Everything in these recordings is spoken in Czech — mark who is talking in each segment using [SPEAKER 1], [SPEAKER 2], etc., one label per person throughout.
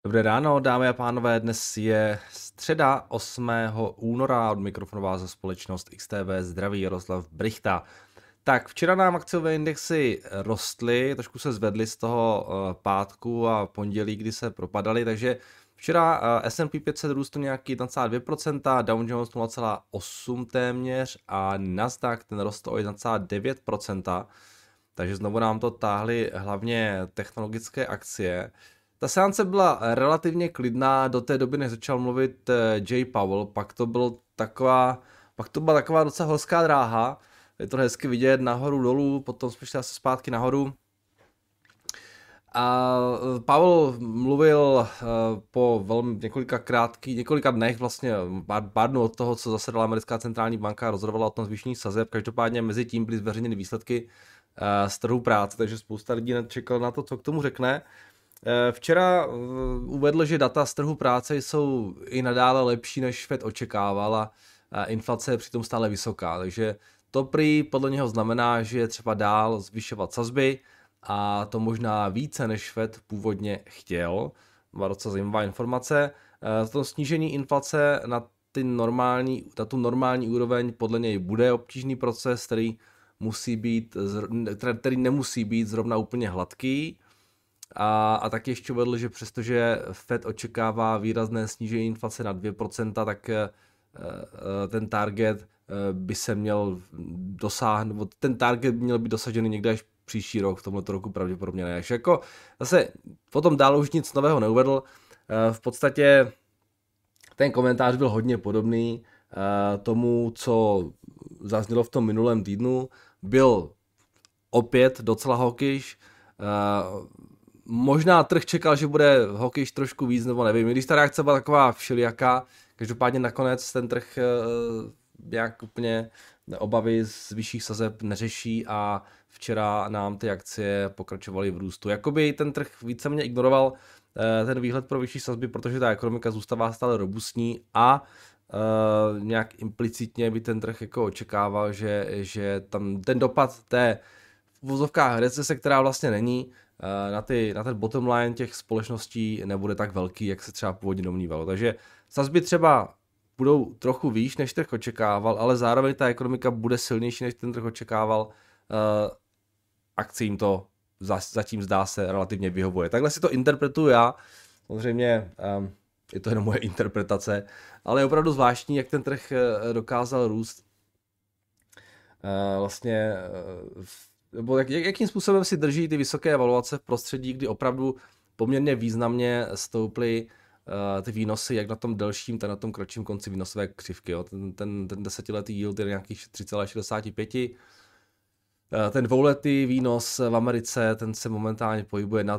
[SPEAKER 1] Dobré ráno, dámy a pánové, dnes je středa 8. února, od mikrofonu vás za společnost XTB zdraví Jaroslav Brichta. Tak včera nám akciové indexy rostly, trošku se zvedly z toho pátku a pondělí, kdy se propadaly, takže včera S&P 500 růstl nějaký 1,2%, Dow Jones 0,8% téměř a Nasdaq ten rostl o 1,9%, takže znovu nám to táhly hlavně technologické akcie. Ta seance byla relativně klidná do té doby, než začal mluvit Jay Powell, pak to byla taková docela horská dráha, je to hezky vidět nahoru dolů, potom jsme šli asi zpátky nahoru. A Powell mluvil po několika dnech, vlastně pár dnů od toho, co zasedala americká centrální banka a rozhodovala o tom zvýšení sazeb. Každopádně mezi tím byly zveřejněny výsledky z trhu práce, takže spousta lidí čekala na to, co k tomu řekne. Včera uvedl, že data z trhu práce jsou i nadále lepší, než Fed očekával a inflace je přitom stále vysoká, takže to prý podle něho znamená, že je třeba dál zvyšovat sazby a to možná více, než Fed původně chtěl. Byla docela zajímavá informace. To snížení inflace na tu normální úroveň podle něj bude obtížný proces, který nemusí být zrovna úplně hladký. A taky ještě uvedl, že přestože Fed očekává výrazné snížení inflace na 2%, tak ten target by se měl dosáhnout, ten target měl být dosažený někde až příští rok, v tomto roku pravděpodobně ne. Takže jako zase potom dál už nic nového neuvedl. V podstatě ten komentář byl hodně podobný tomu, co zaznělo v tom minulém týdnu. Byl opět docela hawkish. Možná trh čekal, že bude hawkish trošku víc, nebo nevím. Když ta reakce byla taková všelijaká, každopádně nakonec ten trh nějak úplně obavy z vyšších sazeb neřeší a včera nám ty akcie pokračovaly v růstu. Jakoby ten trh víceméně ignoroval ten výhled pro vyšší sazby, protože ta ekonomika zůstává stále robustní a nějak implicitně by ten trh jako očekával, že tam ten dopad té v vozovkách recese, která vlastně není, na ten bottom line těch společností nebude tak velký, jak se třeba původně domnívalo. Takže sazby třeba budou trochu výš, než trh očekával, ale zároveň ta ekonomika bude silnější, než ten trh očekával. Akcím to zatím zdá se relativně vyhovuje. Takhle si to interpretuju já. Samozřejmě je to jenom moje interpretace, ale je opravdu zvláštní, jak ten trh dokázal růst. Vlastně nebo jakým způsobem si drží ty vysoké evaluace v prostředí, kdy opravdu poměrně významně stouply ty výnosy, jak na tom delším, tak na tom kratším konci výnosové křivky. Jo. Ten desetiletý yield je nějakých 3,65. Ten dvouletý výnos v Americe, ten se momentálně pohybuje nad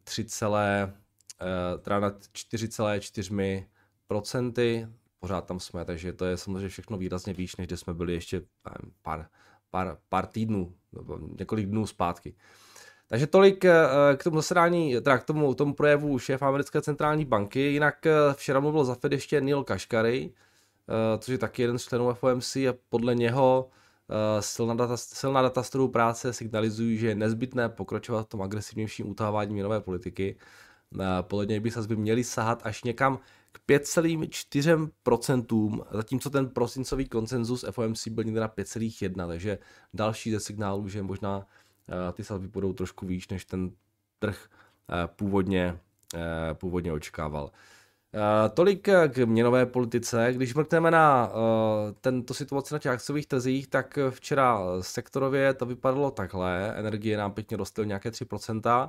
[SPEAKER 1] 4,4%. Pořád tam jsme, takže to je samozřejmě všechno výrazně výš, než kde jsme byli ještě pár týdnů, několik dnů zpátky. Takže tolik k tomu zasedání, teda k tomu projevu šéfa americké centrální banky. Jinak včera mluvil za Fed ještě Neel Kashkari, což je taky jeden z členů FOMC a podle něho silná data z trhu práce signalizují, že je nezbytné pokračovat v tom agresivnějším utahování měnové politiky. Podle něj by sazby měly sahat až někam k 5,4%, zatímco ten prosincový konsenzus FOMC byl někde na 5,1%, takže další ze signálů, že možná ty sazby budou trošku výš, než ten trh původně očekával. Tolik k měnové politice. Když mrkneme na tento situaci na těch akciových trzích, tak včera sektorově to vypadalo takhle. Energie nám pěkně rostly nějaké 3%.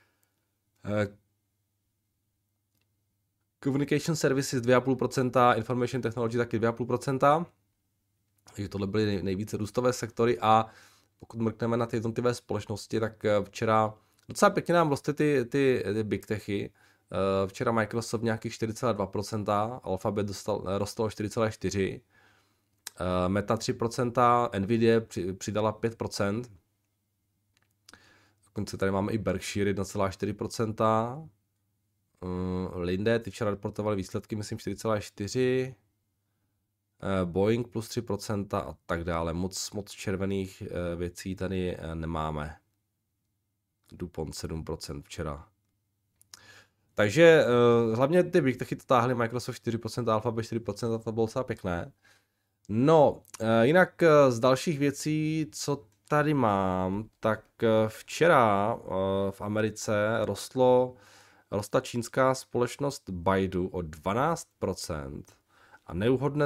[SPEAKER 1] Communication Services 2,5%, Information Technology taky 2,5%. Takže tohle byly nejvíce růstové sektory a pokud mrkneme na ty jednotlivé společnosti, tak včera docela pěkně nám rostly ty big techy. Včera Microsoft nějakých 4,2%, Alphabet rostlo 4,4%, Meta 3%, Nvidia přidala 5%. Dokonce tady máme i Berkshire 1,4%. Linde, ty včera reportovali výsledky, myslím 4,4%. Boeing plus 3% a tak dále. Moc červených věcí tady nemáme. DuPont 7% včera. Takže hlavně ty Big Techy to táhly, Microsoft 4%, Alphabet 4%, a to bylo docela pěkné. No, jinak z dalších věcí, co tady mám, tak včera v Americe rostla čínská společnost Baidu o 12% a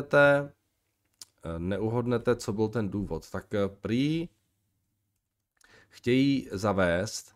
[SPEAKER 1] neuhodnete, co byl ten důvod. Tak prý chtějí zavést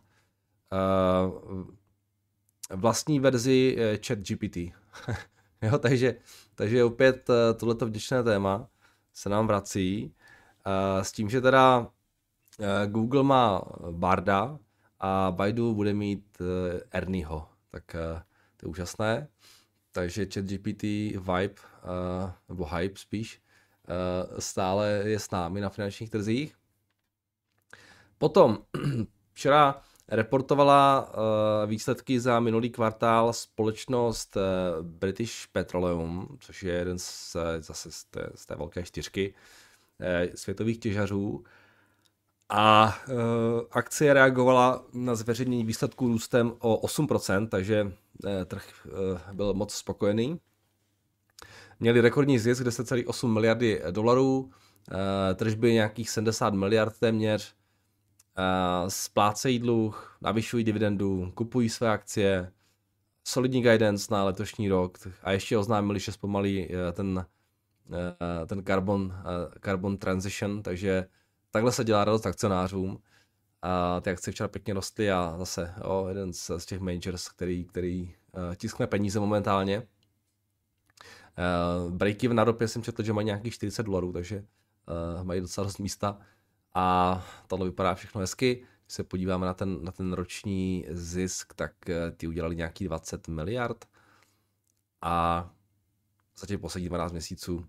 [SPEAKER 1] vlastní verzi ChatGPT. Jo, takže opět tohleto vděčné téma se nám vrací s tím, že teda Google má Barda a Baidu bude mít Ernieho. Tak to je úžasné. Takže ChatGPT Vibe, nebo Hype spíš, stále je s námi na finančních trzích. Potom včera reportovala výsledky za minulý kvartál společnost British Petroleum, což je jeden zase z té velké čtyřky světových těžařů. A akcie reagovala na zveřejnění výsledků růstem o 8%, takže trh byl moc spokojený. Měli rekordní zisk 10,8 miliardy dolarů, tržby nějakých 70 miliard téměř, splácejí dluh, navyšují dividendu, kupují své akcie, solidní guidance na letošní rok a ještě oznámili, že zpomalí ten carbon transition, takže takhle se dělá radost akcionářům. A ty akcie včera pěkně rostly a zase jeden z těch majors, který tiskne peníze momentálně. Break-even na ropě jsem četl, že mají nějakých $40, takže mají docela dost místa. A tohle vypadá všechno hezky. Když se podíváme na ten roční zisk, tak ty udělali nějaký 20 miliard. A za těch posledních 12 měsíců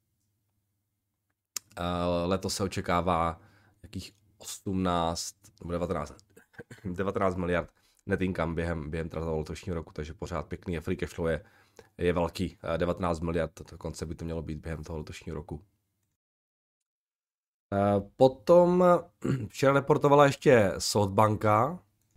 [SPEAKER 1] letos se očekává nějakých 18 nebo 19 miliard net income během toho letošního roku, takže pořád pěkný. Free cash flow je velký, 19 miliard, dokonce by to mělo být během toho letošního roku. Potom včera reportovala ještě Softbanka,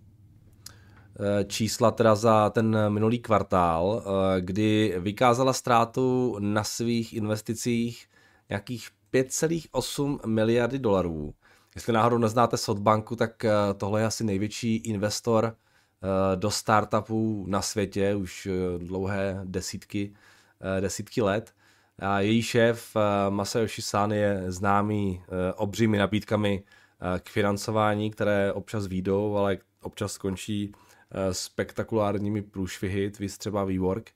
[SPEAKER 1] čísla teda za ten minulý kvartál, kdy vykázala ztrátu na svých investicích nějakých 5,8 miliardy dolarů. Jestli náhodou neznáte Softbanku, tak tohle je asi největší investor do startupů na světě, už dlouhé desítky let. A její šéf Masayoshi Son je známý obřími nabídkami k financování, které občas vyjdou, ale občas skončí spektakulárními průšvihy, twist třeba WeWork.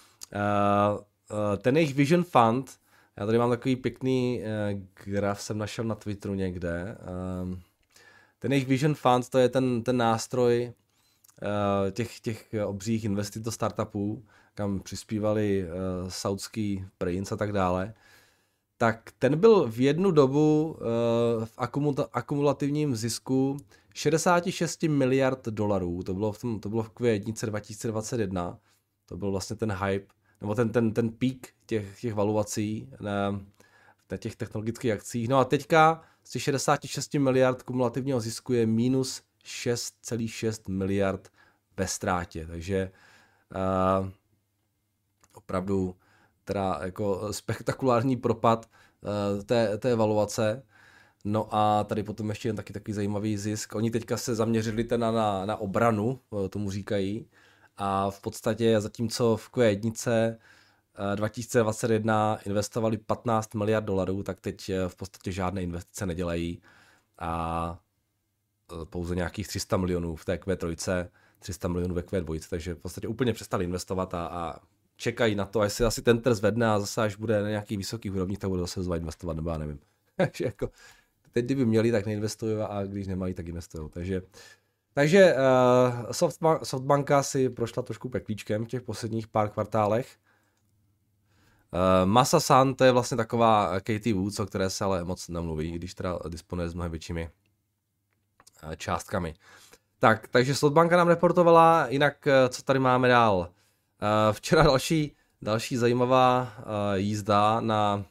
[SPEAKER 1] Ten jejich Vision Fund, já tady mám takový pěkný graf, jsem našel na Twitteru někde. Ten jejich Vision Fund, to je ten nástroj těch obřích investic do startupů, kam přispívali saudský princ a tak dále, tak ten byl v jednu dobu v akumulativním zisku 66 miliard dolarů. To bylo v květnici 2021. To byl vlastně ten hype, nebo ten peak těch valuací na těch technologických akcích. No a teďka z těch 66 miliard kumulativního zisku je minus 6,6 miliard ve ztrátě. Takže opravdu teda jako spektakulární propad té valuace. No a tady potom ještě jen taky takový zajímavý zisk. Oni teďka se zaměřili teda na obranu, tomu říkají. A v podstatě zatímco v Q1 2021 investovali 15 miliard dolarů, tak teď v podstatě žádné investice nedělají. A pouze nějakých 300 milionů v té Q3, 300 milionů ve Q2, takže v podstatě úplně přestali investovat a čekají na to, až se asi ten trh zvedne a zase až bude na nějaký vysoký úrovni, tak bude zase znovu investovat, nebo já nevím. Takže jako, teď kdyby měli, tak neinvestují a když nemají, tak investují. Takže Softbanka si prošla trošku peklíčkem v těch posledních pár kvartálech. Masa-san, to je vlastně taková Katie Woods, o které se ale moc nemluví, když teda disponuje s mnohem většími částkami. Takže Softbanka nám reportovala, jinak co tady máme dál? Včera další zajímavá jízda na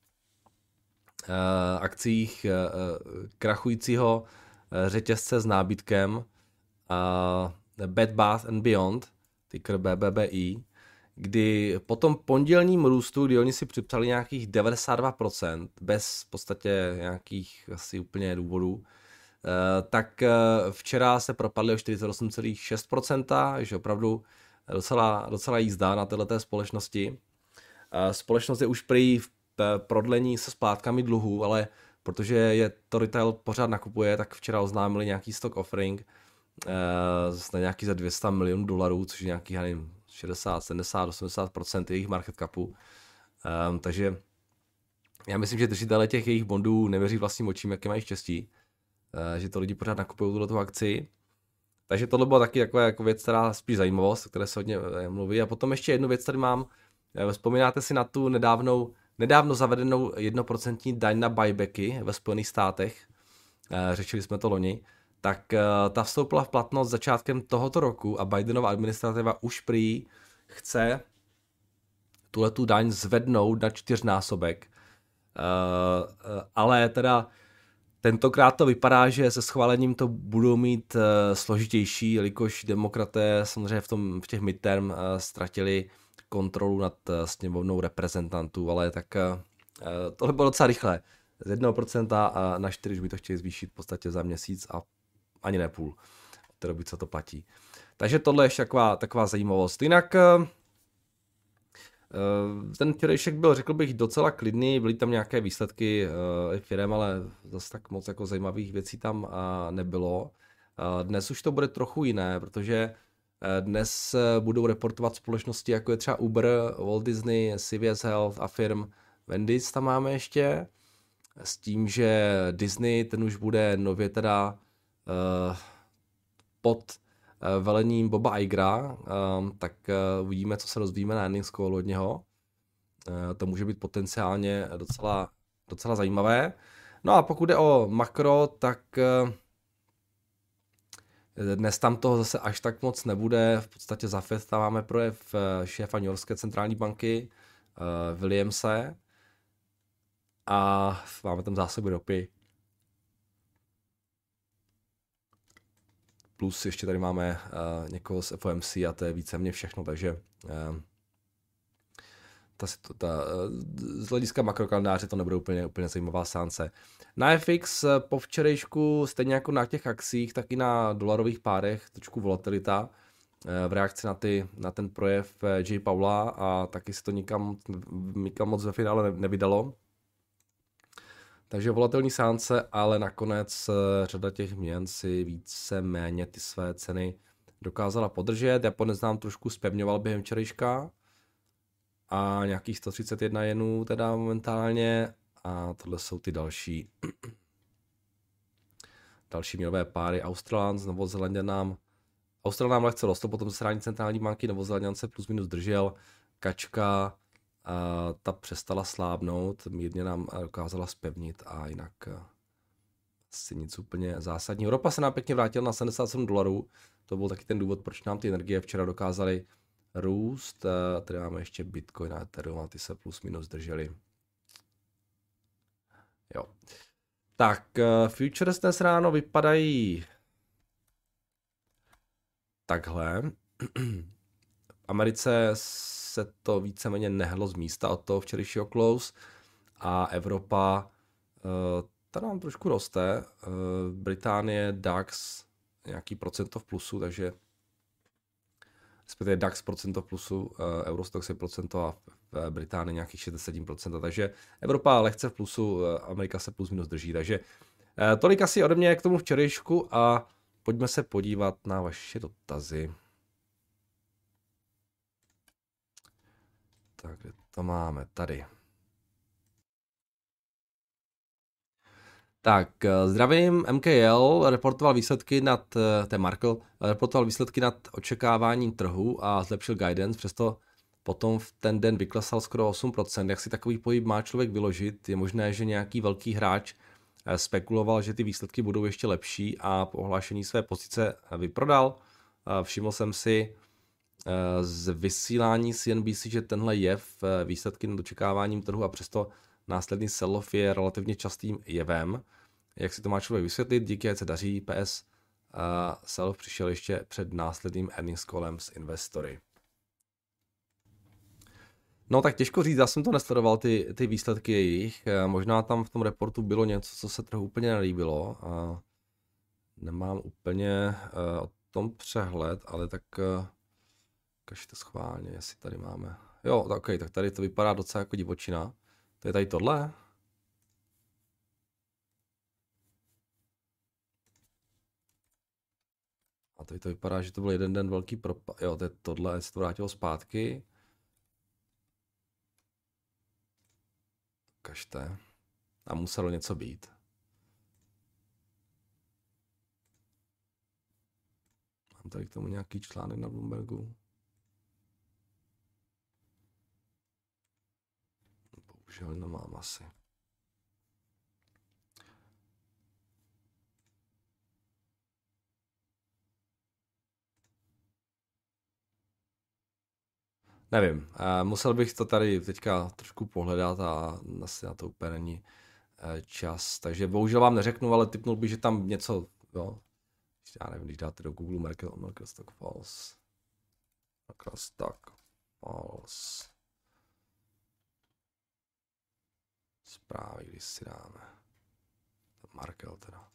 [SPEAKER 1] akcích krachujícího řetězce s nábytkem Bed Bath and Beyond. ticker BBBI, kdy po tom pondělním růstu, kdy oni si připsali nějakých 92%, bez v podstatě nějakých asi úplně důvodů, tak včera se propadly o 48,6%, takže opravdu docela jízda na této společnosti. Společnost je už prý v prodlení se splátkami dluhů, ale protože je to retail pořád nakupuje, tak včera oznámili nějaký stock offering na nějaký za $200 milionů, což je nějaký, já nevím, 60, 70, 80% jejich market capu. Takže já myslím, že držitelé těch jejich bondů nevěří vlastním očím, jaké mají štěstí, že to lidi pořád nakupují tuto akci. Takže tohle byla taky jako věc, která spíš zajímavost, o které se hodně mluví. A potom ještě jednu věc tady mám. Vzpomínáte si na tu nedávno zavedenou 1% daň na buybacky ve Spojených státech? Řešili jsme to loni. Tak ta vstoupila v platnost začátkem tohoto roku a Bidenova administrativa už prý chce tuhletu daň zvednout na 4násobek. Ale teda tentokrát to vypadá, že se schválením to budou mít složitější, jelikož demokraté samozřejmě v těch midterm ztratili kontrolu nad sněmovnou reprezentantů, ale tak tohle bylo docela rychle. Z 1% na 4 už by to chtěli zvýšit v podstatě za měsíc a ani ne půl, od té doby, co to platí. Takže tohle je ještě taková zajímavost. Jinak ten včerejšek byl, řekl bych, docela klidný, byly tam nějaké výsledky firem, ale zase tak moc jako zajímavých věcí tam nebylo. Dnes už to bude trochu jiné, protože dnes budou reportovat společnosti, jako je třeba Uber, Walt Disney, CVS Health a firm Wendy's tam máme ještě, s tím, že Disney, ten už bude nově teda pod velením Boba Igera, tak uvidíme, co se dozvíme na earnings callu od něho. To může být potenciálně docela zajímavé. No a pokud jde o makro, tak dnes tam toho zase až tak moc nebude. V podstatě za Fed tam máme projev šéfa New Yorkské centrální banky Williamse a máme tam zásoby ropy. Plus ještě tady máme někoho z FOMC a to je víceméně všechno, takže z hlediska makrokalendáře to nebude úplně zajímavá seance. Na FX po včerejšku, stejně jako na těch akcích, tak i na dolarových párech trošku volatilita v reakci na ten projev J. Powella a taky se to nikam moc ve finále nevydalo. Takže volatilní seance, ale nakonec řada těch měn si víceméně ty své ceny dokázala podržet. Japonec nám trošku zpevňoval během včerejška a nějakých 131 jenů teda momentálně a tohle jsou ty další měnové páry. Australans, Novozélanďan nám lehce rostl, potom zasedání centrální banky, Novozélanďan se plus minus držel, kačka ta přestala slábnout, mírně nám dokázala zpevnit a jinak asi nic úplně zásadního. Ropa se nám pěkně vrátila na $77, to byl taky ten důvod, proč nám ty energie včera dokázaly růst. Tady máme ještě Bitcoin a Ethereum a ty se plus minus drželi. Jo. Tak, futures dnes ráno vypadají takhle. V Americe se to víceméně nehlo z místa od toho včerejšího close a Evropa ta nám trošku roste. Británie DAX nějaký procento v plusu, takže respektive DAX procento v plusu, Eurostoxx je procento a v Británii nějakých 67%, takže Evropa lehce v plusu, Amerika se plus minus drží, takže tolik asi ode mě k tomu včerejšku a pojďme se podívat na vaše dotazy. Tak, kde to máme? Tady. Tak, zdravím, MKL reportoval výsledky reportoval výsledky nad očekáváním trhu a zlepšil guidance, přesto potom v ten den vyklesal skoro 8%. Jak si takový pohyb má člověk vyložit? Je možné, že nějaký velký hráč spekuloval, že ty výsledky budou ještě lepší a po ohlášení své pozice vyprodal. Všiml jsem si z vysílání CNBC, že tenhle jev, výsledky nad očekáváním trhu a přesto následný sell-off je relativně častým jevem. Jak si to má člověk vysvětlit? Díky, ať se daří, PS. sell-off přišel ještě před následným earnings callem s investory. No tak těžko říct, já jsem to nesledoval, ty výsledky jejich. Možná tam v tom reportu bylo něco, co se trhu úplně nelíbilo. Nemám úplně o tom přehled, ale tak kažte schválně, jestli tady máme. Jo, tak, okay, tak tady to vypadá docela jako divočina. To je tady tohle. A tady to vypadá, že to byl jeden den velký propad. Jo, to je tohle, se to vrátilo zpátky. Kažte. A muselo něco být. Mám tady k tomu nějaký článek na Bloombergu. Bohužel nemám asi. Nevím, musel bych to tady teďka trošku pohledat a asi na to úplně není čas. Takže bohužel vám neřeknu, ale tipnul bych, že tam něco, jo. Já nevím, když dáte do Google Merkel Stock Falls. Merkel Stock Falls. Zprávy, když si dáme. Merkel teda.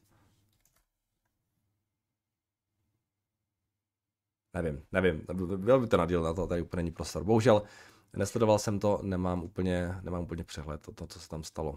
[SPEAKER 1] Nevím, byl by to na díl, na to tady úplně není prostor. Bohužel nesledoval jsem to, nemám úplně přehled o to, co se tam stalo.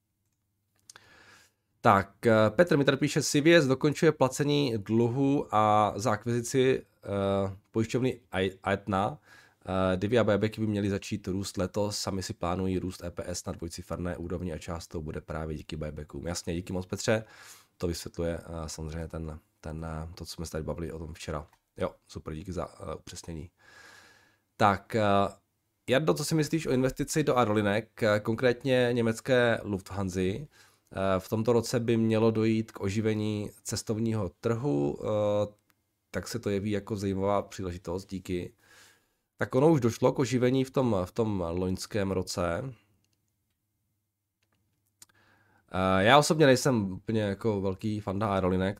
[SPEAKER 1] Tak, Petr mi tady píše, CVS dokončuje placení dluhu a za akvizici pojišťovny Aetna. Divy a buybacky by měly začít růst letos, sami si plánují růst EPS na dvojciferné úrovni a část toho bude právě díky buybackům. Jasně, díky moc Petře, to vysvětluje samozřejmě to, co jsme se tady bavili o tom včera. Jo, super, díky za upřesnění. Tak, Jardo, co si myslíš o investici do aerolinek, konkrétně německé Lufthansa? V tomto roce by mělo dojít k oživení cestovního trhu, tak se to jeví jako zajímavá příležitost, díky. Tak ono už došlo k oživení v tom loňském roce. Já osobně nejsem úplně jako velký fanda aerolinek,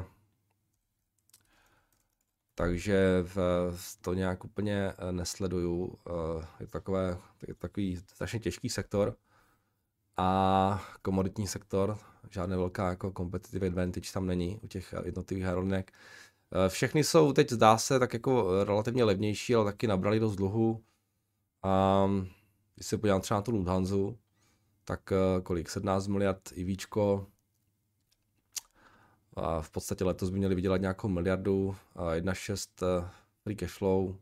[SPEAKER 1] takže to nějak úplně nesleduju. Je to takový strašně těžký sektor a komoditní sektor, žádná velká jako competitive advantage tam není u těch jednotlivých aerolinek. Všechny jsou teď, zdá se, tak jako relativně levnější, ale taky nabrali dost dluhu. Když se podívám třeba na tu Lufthansa, tak kolik? 17 miliard IVčko. V podstatě letos by měli vydělat nějakou miliardu, 1,6 free cash flow.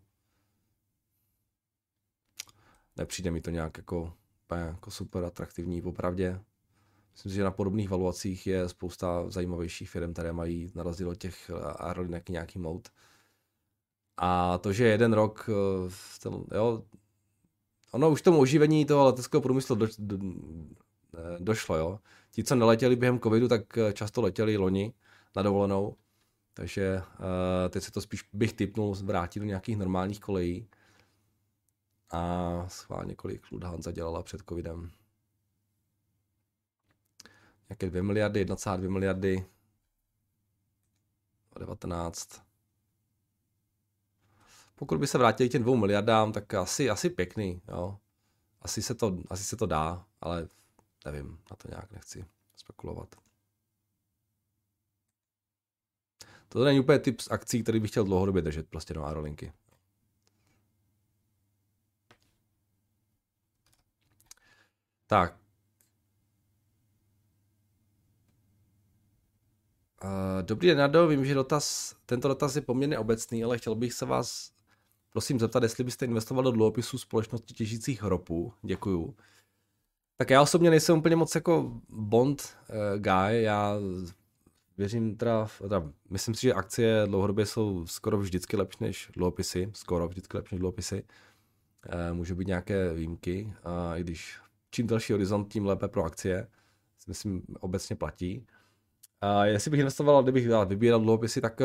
[SPEAKER 1] Nepřijde mi to nějak jako super atraktivní, popravdě. Myslím si, že na podobných valuacích je spousta zajímavějších firm, které mají na rozdíl od těch aerolinek nějaký moat. A to, že jeden rok, jo, ono už tomu oživení toho leteckého průmyslu došlo, jo. Ti, co neletěli během covidu, tak často letěli loni na dovolenou, takže teď se to spíš bych tipnul vrátit do nějakých normálních kolejí. A schválně kolik Lufthansa dělala před covidem. Nějaké 2 miliardy, 1,2 miliardy, 19. Pokud by se vrátili k těm 2 miliardám, tak asi pěkný, jo. Asi se to dá, ale nevím, na to nějak nechci spekulovat. To není úplně typ z akcí, který bych chtěl dlouhodobě držet prostě do aerolinky. Tak. Dobrý den, Nado, vím, že tento dotaz je poměrně obecný, ale chtěl bych se vás prosím zeptat, jestli byste investoval do dluhopisů společností těžících ropu. Děkuju. Tak já osobně nejsem úplně moc jako bond guy, já věřím myslím si, že akcie dlouhodobě jsou skoro vždycky lepší než dluhopisy, můžou být nějaké výjimky, i když čím delší horizont, tím lépe pro akcie, myslím, obecně platí. Jestli bych investoval, kdybych vybíral dluhopisy, tak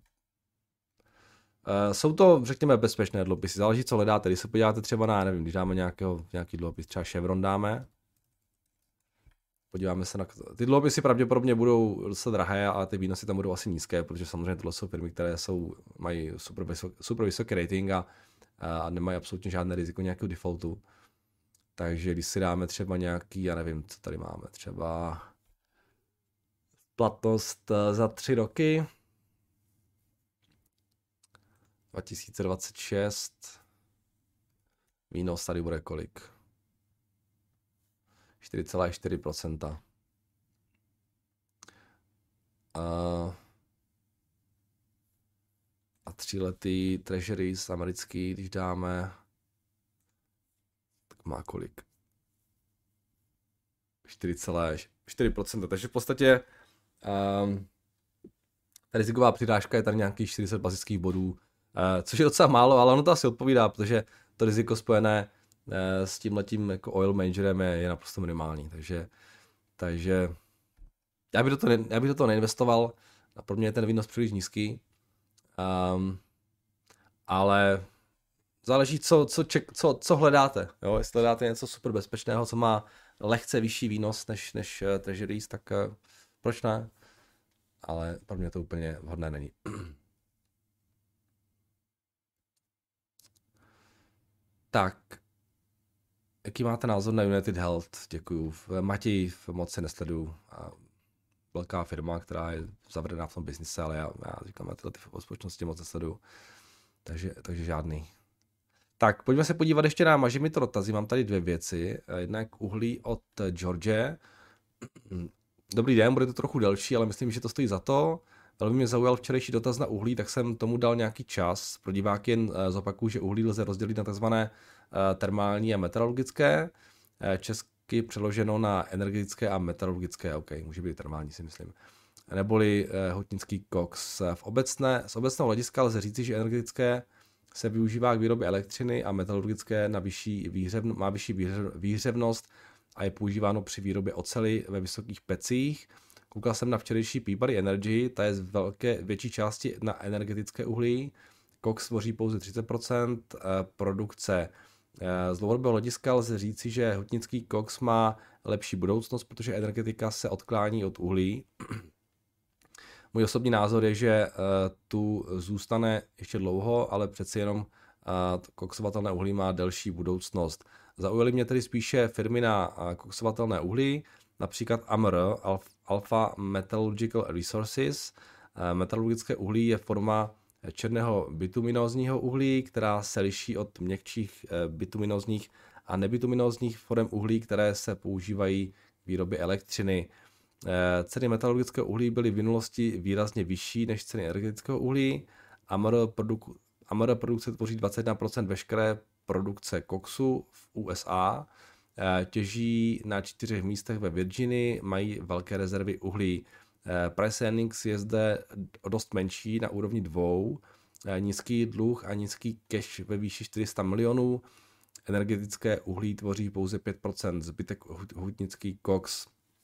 [SPEAKER 1] jsou to, řekněme, bezpečné dluhopisy. Záleží, co hledáte. Když se podíváte třeba na, nevím, když dáme nějaký dluhopis, třeba Chevron dáme. Podíváme se na... Ty dluhopisy pravděpodobně budou docela drahé, ale ty výnosy tam budou asi nízké, protože samozřejmě tohle jsou firmy, které mají super vysoký rating a nemají absolutně žádné riziko nějakého defaultu. Takže když si dáme třeba nějaký, já nevím, co tady máme, třeba platnost za 3 roky, 2026, výnos tady bude kolik? 4,4%. A 3letý treasuries americký, když dáme, tak má kolik? 4,4%. Takže v podstatě ta riziková přirážka je tady nějakých 40 bazických bodů, což je docela málo, ale ono to asi odpovídá, protože to riziko spojené s tímhletím jako oil majorem je naprosto minimální. Takže já bych do toho neinvestoval, a pro mě je ten výnos příliš nízký, ale záleží, co hledáte. Jo? Jestli hledáte něco super bezpečného, co má lehce vyšší výnos než treasuries, tak proč ne? Ale pro mě to úplně vhodné není. Tak, jaký máte názor na United Health? Děkuju. Matěj moc se nesleduju. Velká firma, která je zavřená v tom biznise, ale já říkám, já tyhle společnosti moc nesleduju. Takže žádný. Tak, pojďme se podívat ještě na Mažimito dotazy. Mám tady 2 věci. Jednak uhlí od George. Dobrý den, bude to trochu delší, ale myslím, že to stojí za to. Velmi mě zaujal včerejší dotaz na uhlí, tak jsem tomu dal nějaký čas. Pro diváky jen zopakuju, že uhlí lze rozdělit na tzv. Termální a meteorologické. Česky přeloženo na energetické a meteorologické, OK, může být termální, si myslím. Neboli hutnický koks. Z obecného hlediska lze říci, že energetické se využívá k výrobě elektřiny a meteorologické má vyšší výhřevnost a je používáno při výrobě oceli ve vysokých pecích. Koukal jsem na včerejší Peabody Energy, ta je z větší části na energetické uhlí. Koks tvoří pouze 30% produkce. Z dlouhodobého hlediska lze říci, že hutnický koks má lepší budoucnost, protože energetika se odklání od uhlí. Můj osobní názor je, že tu zůstane ještě dlouho, ale přeci jenom koksovatelné uhlí má delší budoucnost. Zaujaly mě tedy spíše firmy na koksovatelné uhlí, například AMR, Alpha Metallurgical Resources. Metalurgické uhlí je forma černého bituminózního uhlí, která se liší od měkčích bituminózních a nebituminózních forem uhlí, které se používají k výrobě elektřiny. Ceny metalurgického uhlí byly v minulosti výrazně vyšší než ceny energetického uhlí. AMR produkce tvoří 21% veškeré produkce koksu v USA. Těží na 4 místech ve Virginii, mají velké rezervy uhlí. Price earnings je zde dost menší na úrovni 2. Nízký dluh a nízký cash ve výši 400 milionů. Energetické uhlí tvoří pouze 5%, zbytek hutnický koks.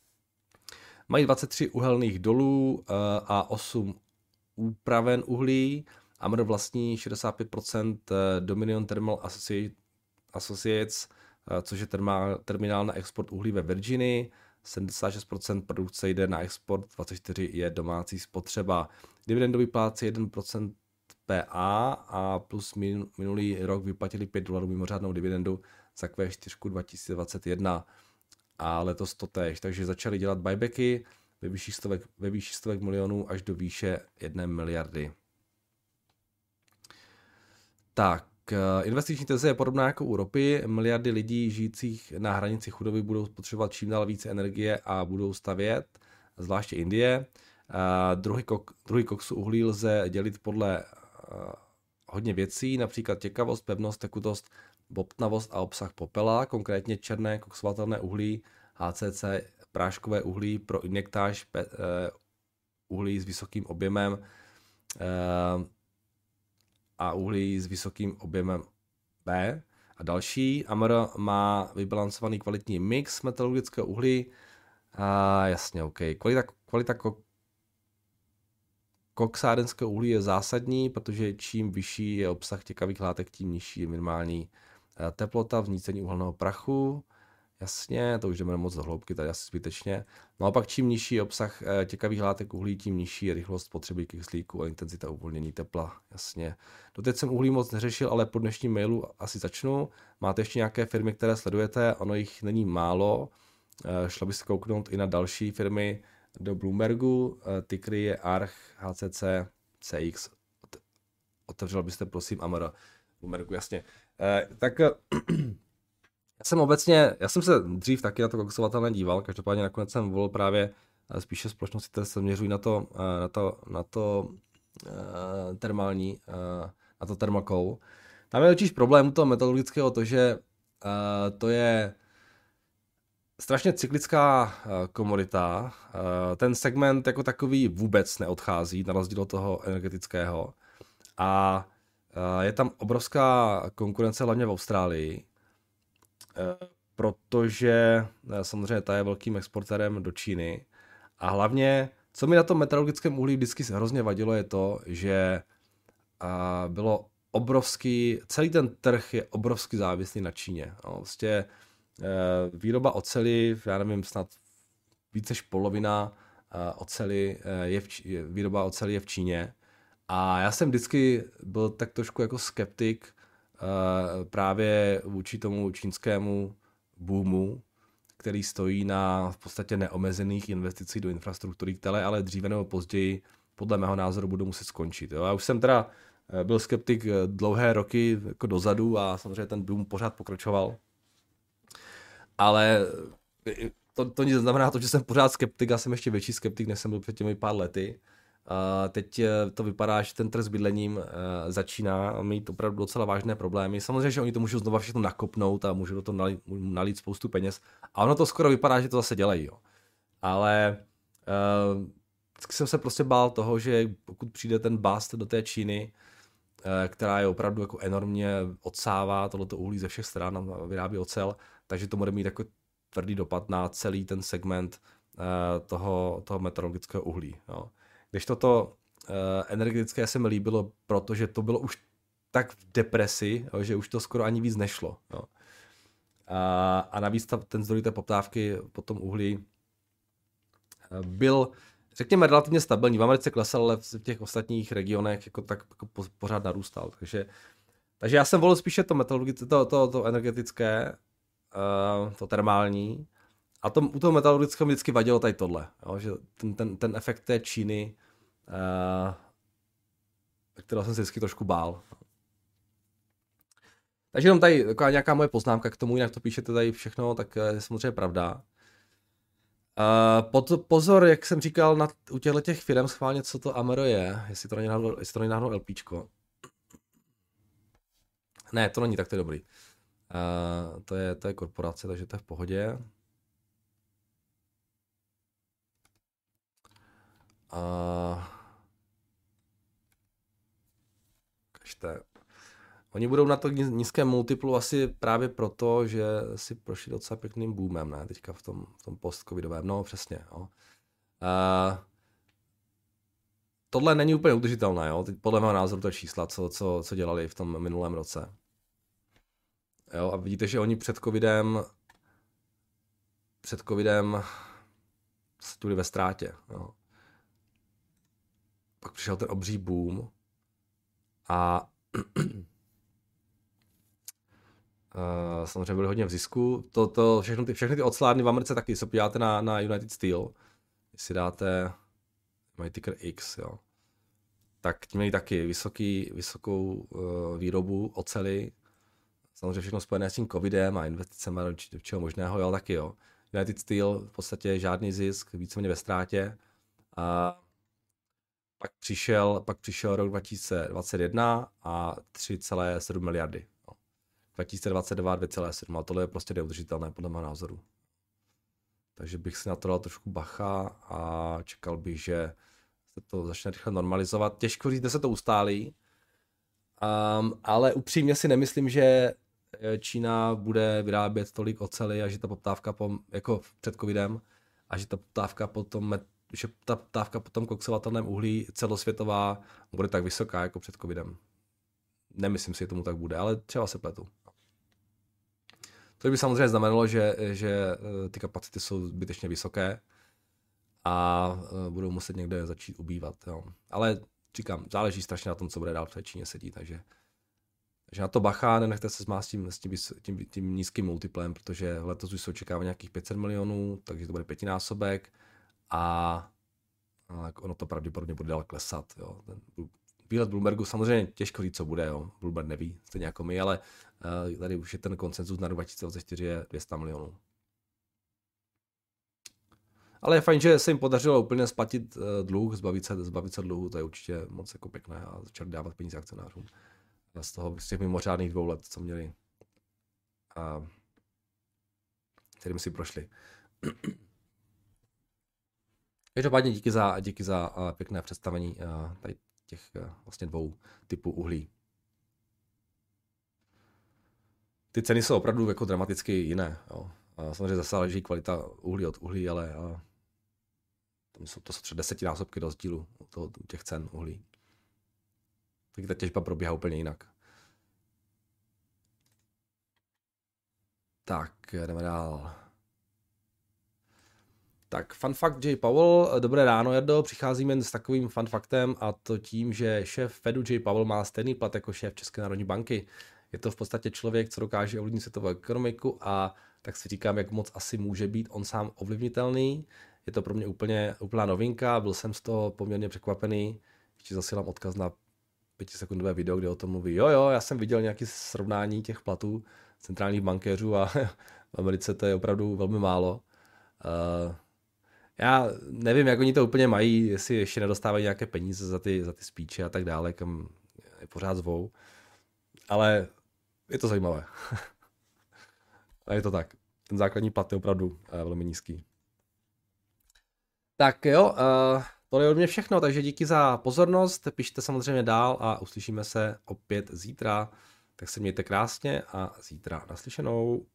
[SPEAKER 1] Mají 23 uhelných dolů a 8 úpraven uhlí. AMR vlastní 65% Dominion Thermal Associates, což je terminál na export uhlí ve Virginii. 76% produkce jde na export, 24% je domácí spotřeba. Dividendový plátce 1% PA a plus minulý rok vyplatili $5 mimořádnou dividendu za Q4 2021 a letos to též. Takže začali dělat buybacky ve výši stovek milionů až do výše 1 miliardy. Tak, investiční teze je podobná jako u ropy. Miliardy lidí žijících na hranici chudoby budou potřebovat čím dál více energie a budou stavět, zvláště Indie. Druhý koksu uhlí lze dělit podle hodně věcí, například těkavost, pevnost, tekutost, bobtnavost a obsah popela, konkrétně černé koksovatelné uhlí, HCC, práškové uhlí pro injektáž, uhlí s vysokým objemem a uhlí s vysokým objemem B a další. AMR má vybalancovaný kvalitní mix metalurgického uhlí. Jasně, OK. Kvalita koksárenského uhlí je zásadní, protože čím vyšší je obsah těkavých látek, tím nižší je minimální teplota vznícení uhelného prachu. Jasně, to už jdeme moc do hloubky, tady asi zbytečně. No a pak čím nižší obsah těkavých látek uhlí, tím nižší je rychlost spotřeby kyslíku a intenzita uvolnění tepla. Jasně. Doteď jsem uhlí moc neřešil, ale po dnešním mailu asi začnu. Máte ještě nějaké firmy, které sledujete? Ono jich není málo. Šlo by se kouknout i na další firmy do Bloombergu. Ticker je ARCH, HCC, CX. Otevřel byste prosím AMR. Bloombergu, jasně. Tak já jsem se dřív taky na to koksovatelné díval, každopádně nakonec jsem volil právě spíše společnosti, které se měřují na to termální, na to thermal coal. Tam je totiž problém u toho metalurgického to, že to je strašně cyklická komodita. Ten segment jako takový vůbec neodchází, na rozdíl od toho energetického. A je tam obrovská konkurence, hlavně v Austrálii, protože samozřejmě ta je velkým exportérem do Číny. A hlavně, co mi na tom metalurgickém uhlí vždycky hrozně vadilo, je to, že bylo celý ten trh je obrovsky závislý na Číně. No, vlastně výroba oceli, já nevím, snad více než polovina výroba oceli je v Číně. A já jsem vždycky byl tak trošku jako skeptik právě vůči tomu čínskému boomu, který stojí na v podstatě neomezených investicích do infrastruktury, které ale dříve nebo později podle mého názoru budou muset skončit. Jo. Já už jsem teda byl skeptik dlouhé roky jako dozadu a samozřejmě ten boom pořád pokračoval. Ale to nic znamená to, že jsem pořád skeptik, já jsem ještě větší skeptik, než jsem byl před těmi pár lety. Teď to vypadá, že ten trh s bydlením začíná mít opravdu docela vážné problémy. Samozřejmě, že oni to můžou znova všechno nakopnout a můžou do toho nalít spoustu peněz. A ono to skoro vypadá, že to zase dělají. Jo. Ale vždycky jsem se prostě bál toho, že pokud přijde ten bust do té Číny, která je opravdu jako enormně odsává tohleto uhlí ze všech stran a vyrábí ocel, takže to bude mít jako tvrdý dopad na celý ten segment toho meteorologického uhlí. Jo. Když toto energetické se mi líbilo, protože to bylo už tak v depresi, jo, že už to skoro ani víc nešlo. Jo. A navíc ten zdroj té poptávky po tom uhlí byl, řekněme, relativně stabilní. V Americe klesal, ale v těch ostatních regionech jako tak jako pořád narůstal. Takže já jsem volil spíše to metalurgické, to energetické, to termální. A u toho metalurgického mi vždycky vadilo tady tohle, jo, že ten efekt té Číny, kterého jsem se vždycky trošku bál. Takže jenom tady taková nějaká moje poznámka k tomu, jinak to píšete tady všechno, tak je samozřejmě pravda. Pozor, jak jsem říkal, u těchto firm schválně, co to Amero je, jestli to není náhodou LPčko. Ne, to není, tak to je dobrý. To je korporace, takže to je v pohodě. Kažte. Oni budou na to nízkém multiplu asi právě proto, že si prošli docela pěkným boomem, ne? Teďka v tom post-covidovém. No, přesně. Jo. Tohle není úplně udržitelné, jo? Podle mého názoru to je čísla, co dělali v tom minulém roce. Jo? A vidíte, že oni před covidem byli ve ztrátě. Jo? Pak přišel ten obří boom a samozřejmě byli hodně v zisku. Všechny ty oclárny v Americe taky, se podíváte na United Steel, jestli dáte, mají ticker X, jo, tak ti měli taky vysokou výrobu oceli, samozřejmě všechno spojené s tím covidem a investicemi do čeho možného, jo, taky jo. United Steel v podstatě žádný zisk, víceméně ve ztrátě. A pak přišel rok 2021 a 3,7 miliardy. 2022 2,7, ale tohle je prostě neudržitelné podle mého názoru. Takže bych si na to dal trošku bacha a čekal bych, že se to začne rychle normalizovat. Těžko říct, že se to ustálí, ale upřímně si nemyslím, že Čína bude vyrábět tolik oceli a že ta poptávka jako před covidem a že ta poptávka po tom koksovatelném uhlí celosvětová bude tak vysoká jako před covidem. Nemyslím si, že tomu tak bude, ale třeba se pletu. To by samozřejmě znamenalo, že ty kapacity jsou zbytečně vysoké a budou muset někde začít ubývat. Jo. Ale říkám, záleží strašně na tom, co bude dál v té Číně sedí, takže na to bacha, nenechte se zmást tím nízkým multiplem, protože letos už se očekává nějakých 500 milionů, takže to bude pětinásobek a ono to pravděpodobně bude dál klesat. Jo. Ten výlet Bloombergu samozřejmě těžko říct, co bude, jo. Bloomberg neví, stejně jako my, ale tady už je ten konsenzus na 2024 je 200 milionů. Ale je fajn, že se jim podařilo úplně splatit dluh, zbavit se dluhu, to je určitě moc jako pěkné a začali dávat peníze akcionářům. Z těch mimořádných 2 let, co měli, a kterým si prošli. Každopádně díky za pěkné představení tady těch vlastně 2 typů uhlí. Ty ceny jsou opravdu jako dramaticky jiné. Jo. Samozřejmě zase záleží kvalita uhlí od uhlí, ale to jsou třeba 10násobky rozdílu těch cen uhlí. Tak ta těžba probíhá úplně jinak. Tak, jdeme dál. Tak, fun fact Jay Powell. Dobré ráno, Jardo. Přicházíme jen s takovým fun faktem, a to tím, že šéf Fedu Jay Powell má stejný plat jako šéf České národní banky. Je to v podstatě člověk, co dokáže ovlivnit světovou ekonomiku, a tak si říkám, jak moc asi může být on sám ovlivnitelný. Je to pro mě úplná novinka, byl jsem z toho poměrně překvapený. Ještě zasílám odkaz na 5sekundové video, kde o tom mluví. Jo, já jsem viděl nějaké srovnání těch platů centrálních bankéřů a v Americe to je opravdu velmi málo. Já nevím, jak oni to úplně mají, jestli ještě nedostávají nějaké peníze za ty speeche a tak dále, kam je pořád zvou. Ale je to zajímavé. A je to tak. Ten základní plat je opravdu velmi nízký. Tak jo, tohle je od mě všechno, takže díky za pozornost, pište samozřejmě dál a uslyšíme se opět zítra. Tak se mějte krásně a zítra naslyšenou.